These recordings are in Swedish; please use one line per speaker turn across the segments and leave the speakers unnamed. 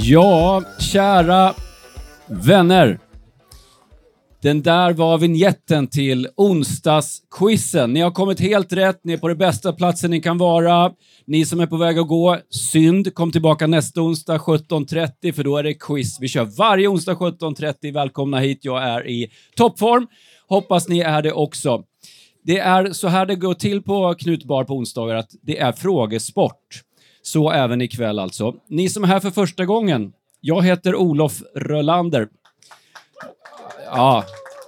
Ja, kära vänner. Den där var vignetten till onsdagsquizen. Ni har kommit helt rätt. Ni är på det bästa platsen ni kan vara. Ni som är på väg att gå, synd. Kom tillbaka nästa onsdag 17.30 för då är det quiz. Vi kör varje onsdag 17.30. Välkomna hit. Jag är i toppform. Hoppas ni är det också. Det är så här det går till på Knutbar på onsdagar att det är frågesport. Så även ikväll alltså. Ni som är här för första gången. Jag heter Olof Rölander. Ja.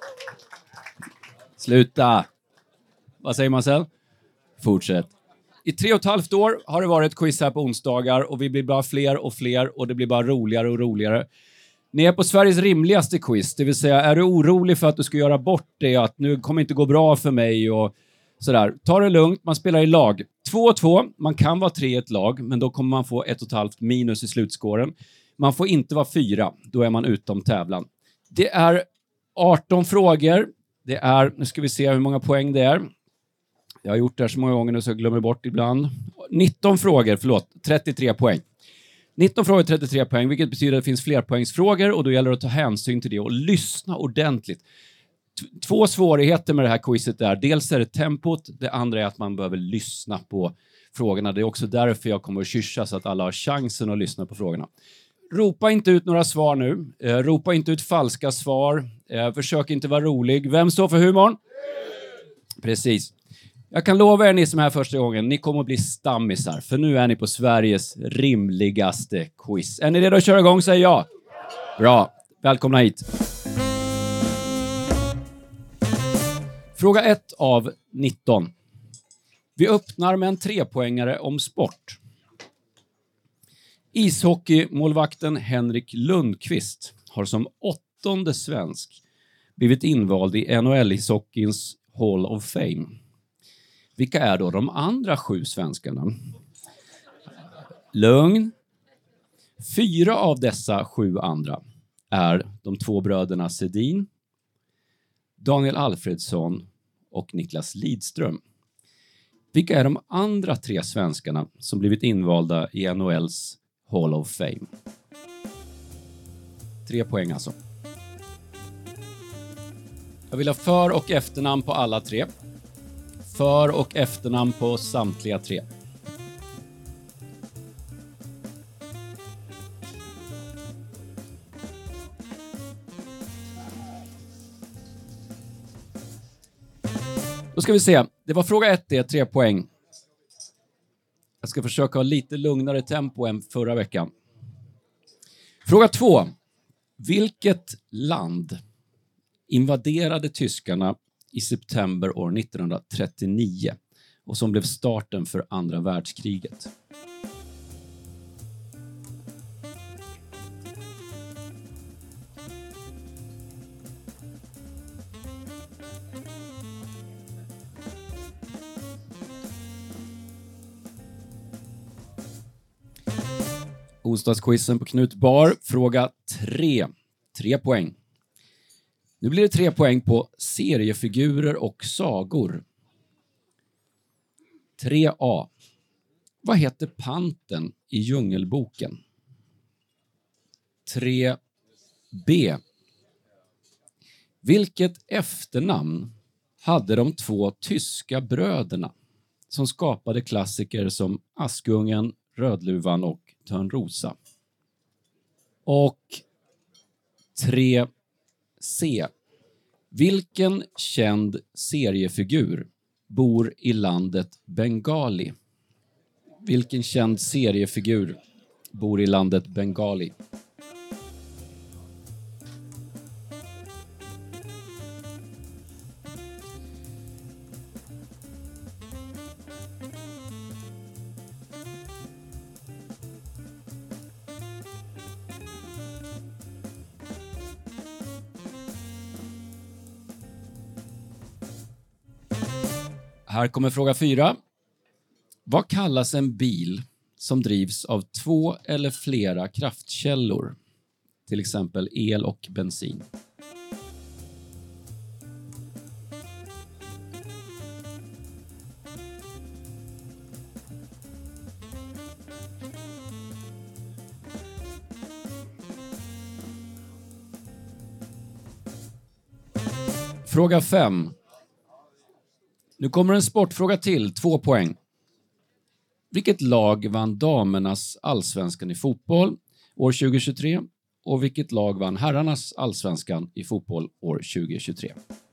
Sluta. Vad säger man sen? Fortsätt. I 3,5 år har det varit quiz här på onsdagar och vi blir bara fler och fler och det blir bara roligare och roligare. Ni är på Sveriges rimligaste quiz, det vill säga är du orolig för att du ska göra bort det, att nu kommer inte gå bra för mig och sådär. Ta det lugnt, man spelar i lag. 2-2, man kan vara 3 i ett lag, men då kommer man få 1,5 minus i slutskåren. Man får inte vara 4, då är man utom tävlan. Det är 18 frågor. Det är, nu ska vi se hur många poäng det är. Jag har gjort det här så många gånger nu så jag glömmer bort ibland. 19 frågor, 33 poäng. 19 frågor, 33 poäng, vilket betyder att det finns flerpoängsfrågor och då gäller det att ta hänsyn till det och lyssna ordentligt. 2 svårigheter med det här quizet är, dels är det tempot, det andra är att man behöver lyssna på frågorna. Det är också därför jag kommer att kyrsa så att alla har chansen att lyssna på frågorna. Ropa inte ut några svar nu. Ropa inte ut falska svar. Försök inte vara rolig. Vem står för humorn? Precis. Jag kan lova er, ni som är här första gången, ni kommer att bli stammisar. För nu är ni på Sveriges rimligaste quiz. Är ni redo att köra igång? Säg ja. Bra. Välkomna hit. Fråga 1 av 19. Vi öppnar med en 3-poängare om sport. Ishockeymålvakten Henrik Lundqvist har som 8:e svensk blivit invald i NHL-ishockeyns Hall of Fame. Vilka är då de andra 7 svenskarna? Lugn. 4 av dessa 7 andra är de 2 bröderna Sedin, Daniel Alfredsson och Niklas Lidström. Vilka är de andra 3 svenskarna som blivit invalda i NHLs Hall of Fame? 3 poäng alltså. Jag vill ha för- och efternamn på alla 3. För- och efternamn på samtliga 3. Då ska vi se. Det var fråga 1, det är 3 poäng. Jag ska försöka ha lite lugnare tempo än förra veckan. Fråga 2. Vilket land invaderade tyskarna i september år 1939 och som blev starten för andra världskriget? Onsdagsquizen på Knutbar. Fråga 3. 3 poäng. Nu blir det 3 poäng på seriefigurer och sagor. 3A. Vad heter panten i Djungelboken? 3B. Vilket efternamn hade de 2 tyska bröderna som skapade klassiker som Askungen, Rödluvan och Törnrosa? Och 3C. Vilken känd seriefigur bor i landet Bengali? Vilken känd seriefigur bor i landet Bengali? Här kommer fråga 4. Vad kallas en bil som drivs av 2 eller flera kraftkällor? Till exempel el och bensin. Fråga 5. Nu kommer en sportfråga till, 2 poäng. Vilket lag vann damernas allsvenskan i fotboll år 2023? Och vilket lag vann herrarnas allsvenskan i fotboll år 2023?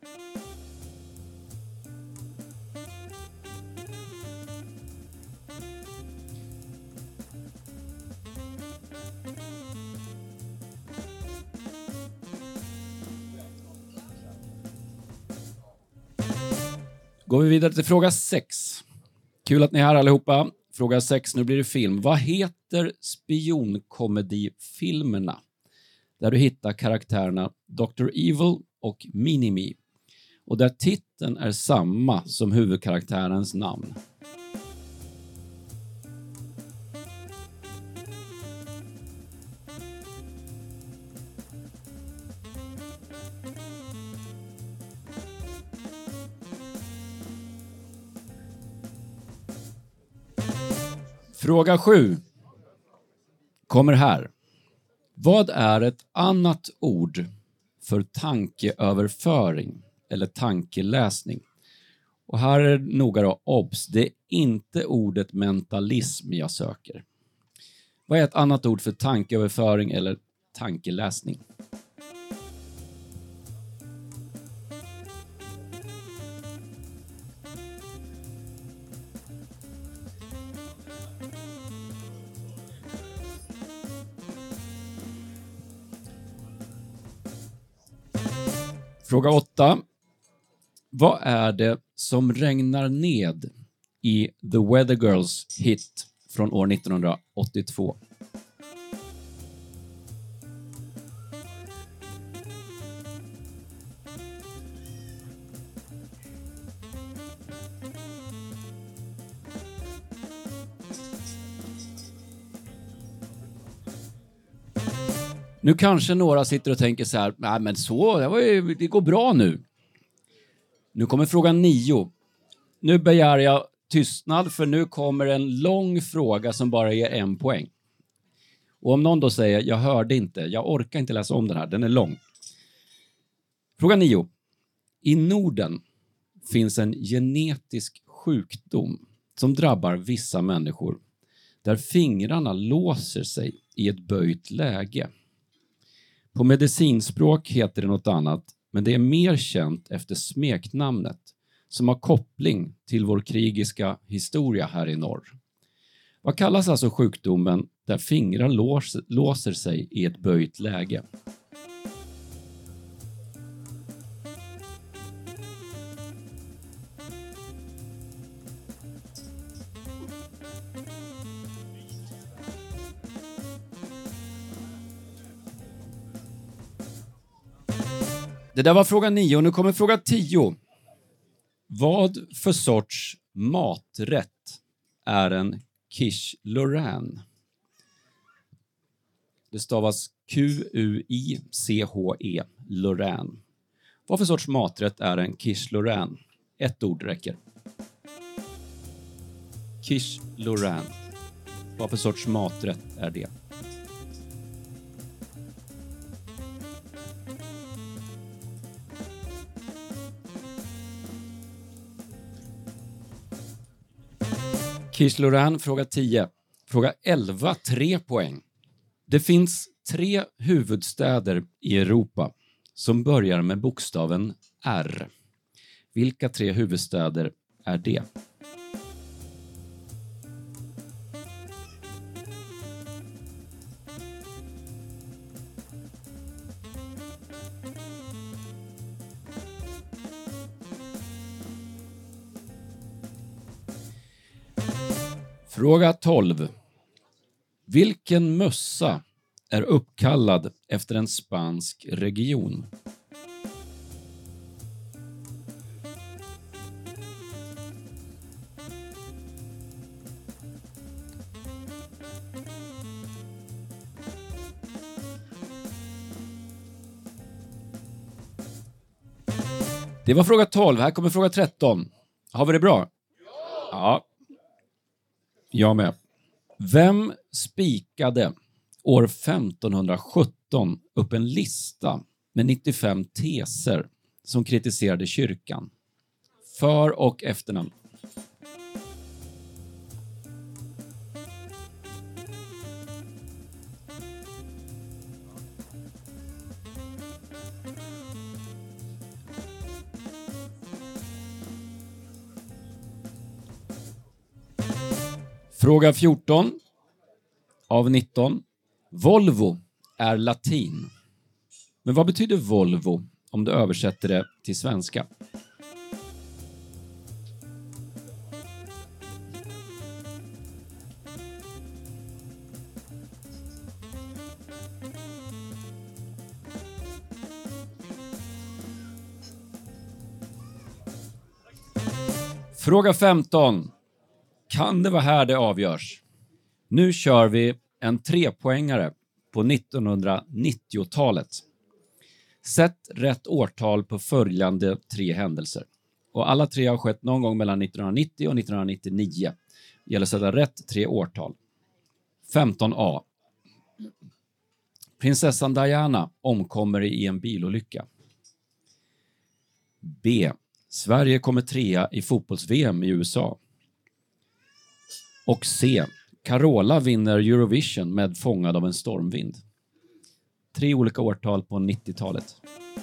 Går vi vidare till fråga 6. Kul att ni är här allihopa. Fråga 6, nu blir det film. Vad heter spionkomedifilmerna där du hittar karaktärerna Dr. Evil och Minimi och där titeln är samma som huvudkaraktärens namn? Fråga 7 kommer här. Vad är ett annat ord för tankeöverföring eller tankeläsning? Och här är noga då, obs, det är inte ordet mentalism jag söker. Vad är ett annat ord för tankeöverföring eller tankeläsning? Fråga 8. Vad är det som regnar ned i The Weather Girls hit från år 1982? Nu kanske några sitter och tänker så här, nej men så, det går bra nu. Nu kommer fråga 9. Nu begär jag tystnad för nu kommer en lång fråga som bara ger 1 poäng. Och om någon då säger, jag hörde inte, jag orkar inte läsa om den här, den är lång. Fråga 9. I Norden finns en genetisk sjukdom som drabbar vissa människor där fingrarna låser sig i ett böjt läge. På medicinspråk heter det något annat, men det är mer känt efter smeknamnet som har koppling till vår krigiska historia här i norr. Vad kallas alltså sjukdomen där fingrar låser sig i ett böjt läge? Det där var fråga 9 och nu kommer fråga 10. Vad för sorts maträtt är en quiche Lorraine? Det stavas Q-U-I-C-H-E, Lorraine. Vad för sorts maträtt är en quiche Lorraine? Ett ord räcker. Quiche Lorraine. Vad för sorts maträtt är det? Quiche Lorraine, fråga 10. Fråga 11, 3 poäng. Det finns 3 huvudstäder i Europa som börjar med bokstaven R. Vilka 3 huvudstäder är det? Fråga 12. Vilken mössa är uppkallad efter en spansk region? Det var fråga 12. Här kommer fråga 13. Har vi det bra? Ja. Jag med. Vem spikade år 1517 upp en lista med 95 teser som kritiserade kyrkan? För- och efternamn. Fråga 14 av 19. Volvo är latin. Men vad betyder Volvo om du översätter det till svenska? Fråga 15. Kan det vara här det avgörs? Nu kör vi en 3-poängare på 1990-talet. Sätt rätt årtal på följande 3 händelser. Och alla 3 har skett någon gång mellan 1990 och 1999. Det gäller att sätta rätt 3 årtal. 15A. Prinsessan Diana omkommer i en bilolycka. B. Sverige kommer 3 i fotbolls-VM i USA. Och C. Carola vinner Eurovision med Fångad av en stormvind. 3 olika årtal på 90-talet.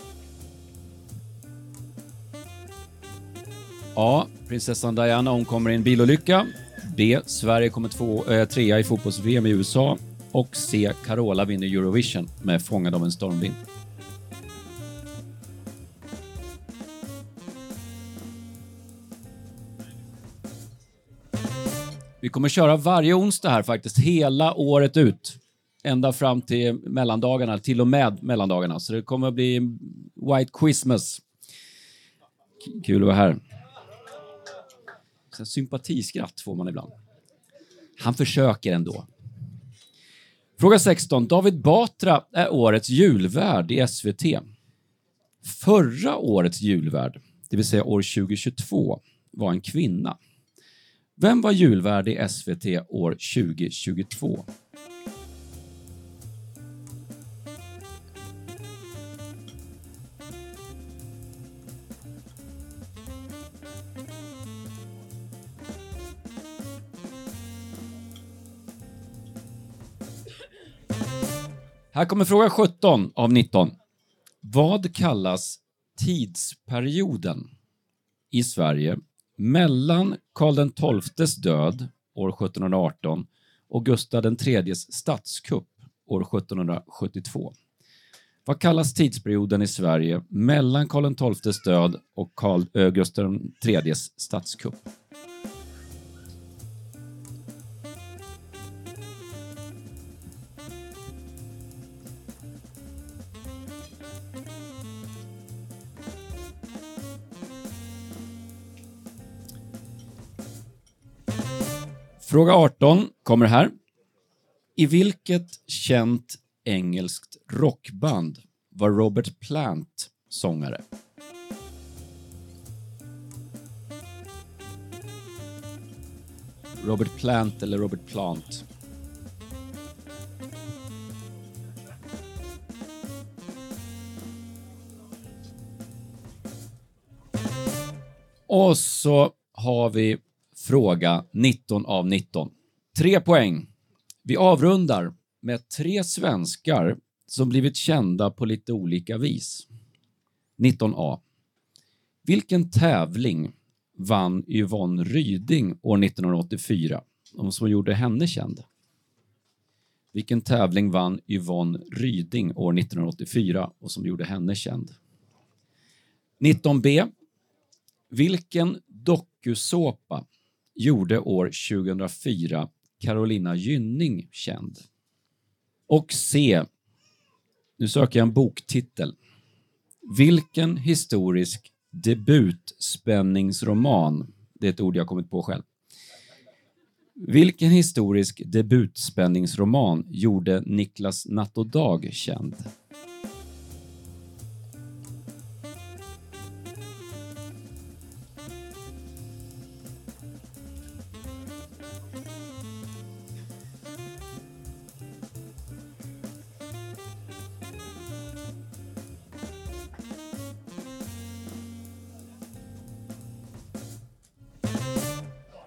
A. Prinsessan Diana omkommer i en bilolycka. B. Sverige kommer 3 i fotbolls-VM i USA. Och C. Carola vinner Eurovision med Fångad av en stormvind. Vi kommer köra varje onsdag här faktiskt, hela året ut. Ända fram till mellandagarna, till och med mellandagarna. Så det kommer att bli White Christmas. Kul att vara här. Så sympatiskratt får man ibland. Han försöker ändå. Fråga 16. David Batra är årets julvärd i SVT. Förra årets julvärd, det vill säga år 2022, var en kvinna. Vem var julvärd i SVT år 2022? Här kommer fråga 17 av 19. Vad kallas tidsperioden i Sverige mellan Karl XII:s död år 1718 och Gustav III:s statskupp år 1772? Vad kallas tidsperioden i Sverige mellan Karl XII:s död och Gustav III:s statskupp? Fråga 18 kommer här. I vilket känt engelskt rockband var Robert Plant sångare? Robert Plant eller Robert Plant? Och så har vi fråga 19 av 19. 3 poäng. Vi avrundar med 3 svenskar som blivit kända på lite olika vis. 19A. Vilken tävling vann Yvonne Ryding år 1984? De som gjorde henne känd. Vilken tävling vann Yvonne Ryding år 1984 och som gjorde henne känd? 19B. Vilken dokusåpa gjorde år 2004 Carolina Gynning känd? Och C. Nu söker jag en boktitel. Vilken historisk debutspänningsroman, det är ett ord jag kommit på själv. Vilken historisk debutspänningsroman gjorde Niklas Natt och Dag känd?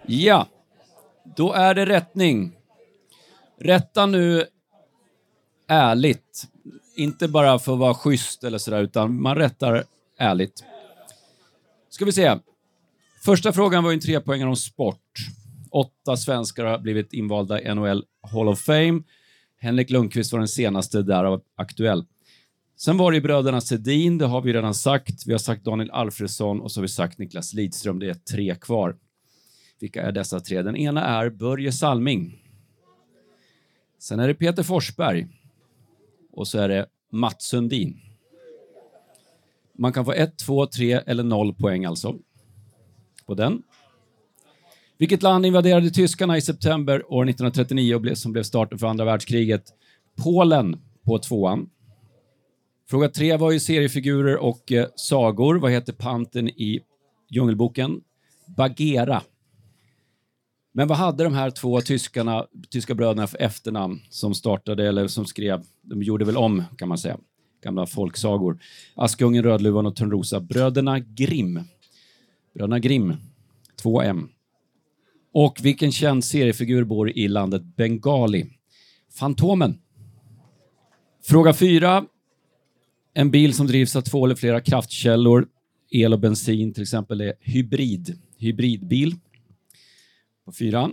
Ja, då är det rättning. Rätta nu ärligt. Inte bara för att vara schysst eller sådär, utan man rättar ärligt. Ska vi se. Första frågan var ju en 3-poängare om sport. 8 svenskar har blivit invalda i NHL Hall of Fame. Henrik Lundqvist var den senaste därav aktuell. Sen var det bröderna Sedin, det har vi redan sagt. Vi har sagt Daniel Alfredsson och så har vi sagt Niklas Lidström. Det är 3 kvar. Vilka är dessa 3? Den ena är Börje Salming. Sen är det Peter Forsberg. Och så är det Mats Sundin. Man kan få 1, 2, 3 eller 0 poäng alltså. På den. Vilket land invaderade tyskarna i september år 1939 som blev starten för andra världskriget? Polen på 2:an. Fråga 3 var ju seriefigurer och sagor. Vad heter panten i Djungelboken? Bagheera. Men vad hade de här 2 tyska bröderna för efternamn som startade eller som skrev? De gjorde väl om, kan man säga. Gamla folksagor. Askungen, Rödluvan och Törnrosa. Bröderna Grimm. Bröderna Grimm. 2M. Och vilken känd seriefigur bor i landet Bengali? Fantomen. Fråga 4. En bil som drivs av 2 eller flera kraftkällor. El och bensin till exempel är hybrid. Hybridbil. På 4.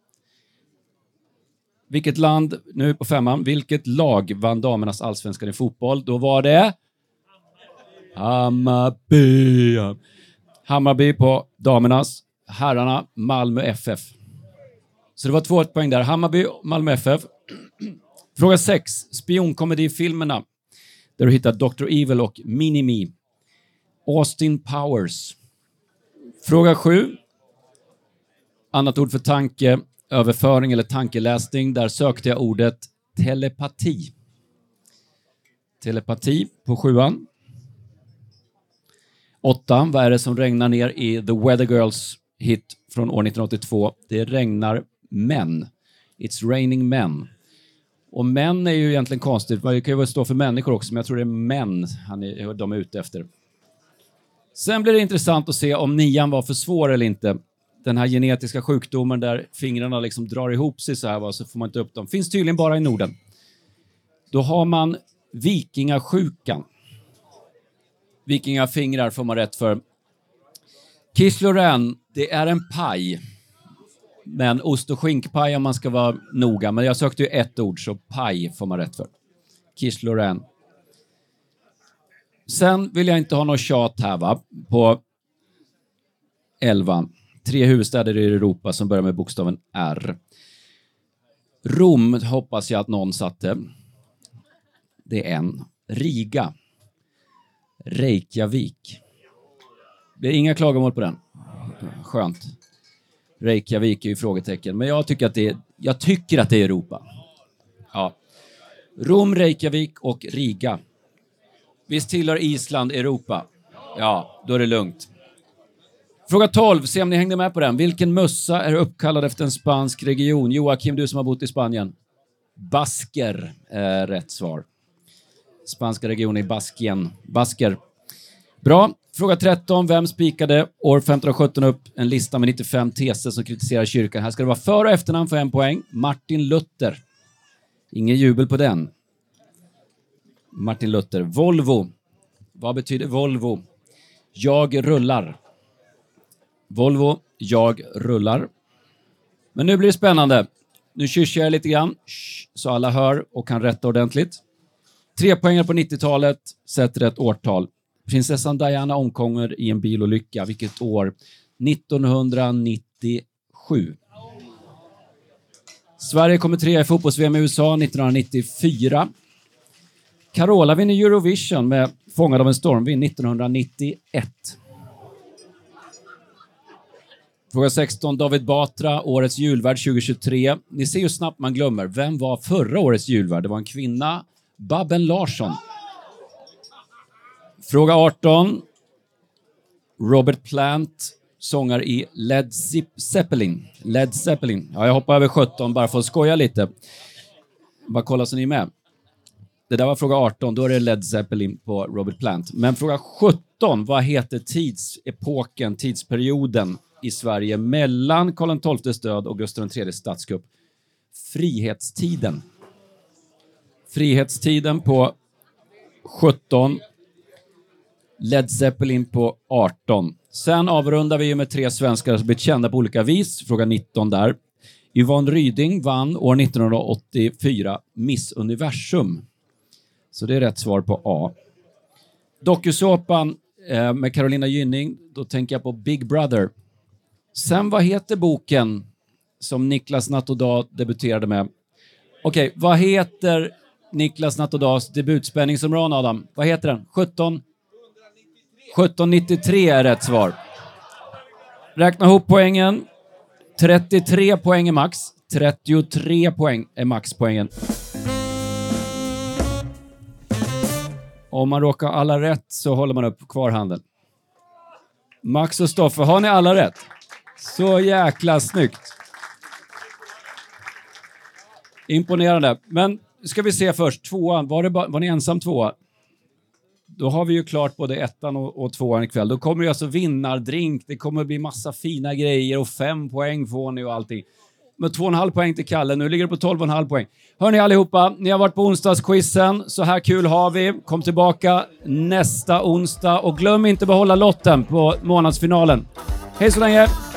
Vilket land, nu på 5:an, vilket lag vann damernas allsvenskan i fotboll? Då var det Hammarby. Hammarby på damernas, herrarna Malmö FF. Så det var 2 poäng där. Hammarby, Malmö FF. Fråga 6. Spionkomedifilmerna. Där du hittar Dr. Evil och Mini-Me. Austin Powers. Fråga 7. Annat ord för tanke, överföring eller tankeläsning. Där sökte jag ordet telepati. Telepati på 7:an. 8. Vad är det som regnar ner i The Weather Girls hit från år 1982? Det regnar män. It's raining men. Och män är ju egentligen konstigt. Det kan ju stå för människor också, men jag tror det är män de är ute efter. Sen blir det intressant att se om 9:an var för svår eller inte. Den här genetiska sjukdomen där fingrarna liksom drar ihop sig så här, så får man inte upp dem. Finns tydligen bara i Norden. Då har man vikingasjukan. Vikingafingrar får man rätt för. Quiche Lorraine, det är en paj. Men ost- och skinkpaj om man ska vara noga. Men jag sökte ju ett ord, så paj får man rätt för. Quiche Lorraine. Sen vill jag inte ha något tjat här, va? På 11. 3 huvudstäder i Europa som börjar med bokstaven R. Rom hoppas jag att någon satte. Det är en. Riga. Reykjavik. Det är inga klagomål på den. Skönt. Reykjavik är ju frågetecken. Men jag tycker att det är Europa. Ja. Rom, Reykjavik och Riga. Visst tillhör Island Europa? Ja, då är det lugnt. Fråga 12, se om ni hängde med på den. Vilken mössa är uppkallad efter en spansk region? Joakim, du som har bott i Spanien. Basker är rätt svar. Spanska regionen i Baskien. Basker. Bra. Fråga 13, vem spikade år 1517 upp en lista med 95 teser som kritiserar kyrkan? Här ska det vara för- och efternamn för 1 poäng. Martin Luther. Ingen jubel på den. Martin Luther. Volvo. Vad betyder Volvo? Jag rullar. Volvo, jag rullar. Men nu blir det spännande. Nu kysser jag lite grann så alla hör och kan rätta ordentligt. 3 poäng på 90-talet, sätter ett årtal. Prinsessan Diana omkommer i en bilolycka. Vilket år? 1997. Sverige kommer 3 i fotbolls-VM i USA 1994. Carola vinner Eurovision med Fångad av en stormvind 1991. Fråga 16. David Batra, årets julvärd 2023. Ni ser hur snabbt man glömmer. Vem var förra årets julvärd? Det var en kvinna. Babben Larsson. Fråga 18. Robert Plant, sångar i Led Zeppelin. Led Zeppelin. Ja, jag hoppar över 17 bara för att skoja lite. Bara kolla så ni är med. Det där var fråga 18. Då är det Led Zeppelin på Robert Plant. Men fråga 17. Vad heter tidsepoken, tidsperioden i Sverige mellan Karl XIIs död och Gustav IIIs statskupp? Frihetstiden. Frihetstiden på 17. Led Zeppelin på 18. Sen avrundar vi ju med 3 svenskar som blivit kända på olika vis. Fråga 19 där. Yvonne Ryding vann år 1984 Miss Universum. Så det är rätt svar på A. Dokusåpan med Carolina Gynning, då tänker jag på Big Brother. Sen vad heter boken som Niklas Natt och Dag debuterade med? Okej, vad heter Niklas Natt och Dags debutspänningsroman, Adam? Vad heter den? 1793 är rätt svar. Räkna ihop poängen. 33 poäng är max. 33 poäng är maxpoängen. Om man råkar alla rätt så håller man upp kvar handen. Max och Stoffe, har ni alla rätt? Så jäkla snyggt. Imponerande. Men ska vi se först. Tvåan, var ni ensam tvåa? Då har vi ju klart både ettan och tvåan ikväll. Då kommer det alltså vinnardrink. Det kommer bli massa fina grejer och 5 poäng får ni och allting. Med 2,5 poäng till Kalle. Nu ligger det på 12,5 poäng. Hör ni allihopa, ni har varit på onsdagsquizen. Så här kul har vi. Kom tillbaka nästa onsdag och glöm inte behålla lotten på månadsfinalen. Hej så länge!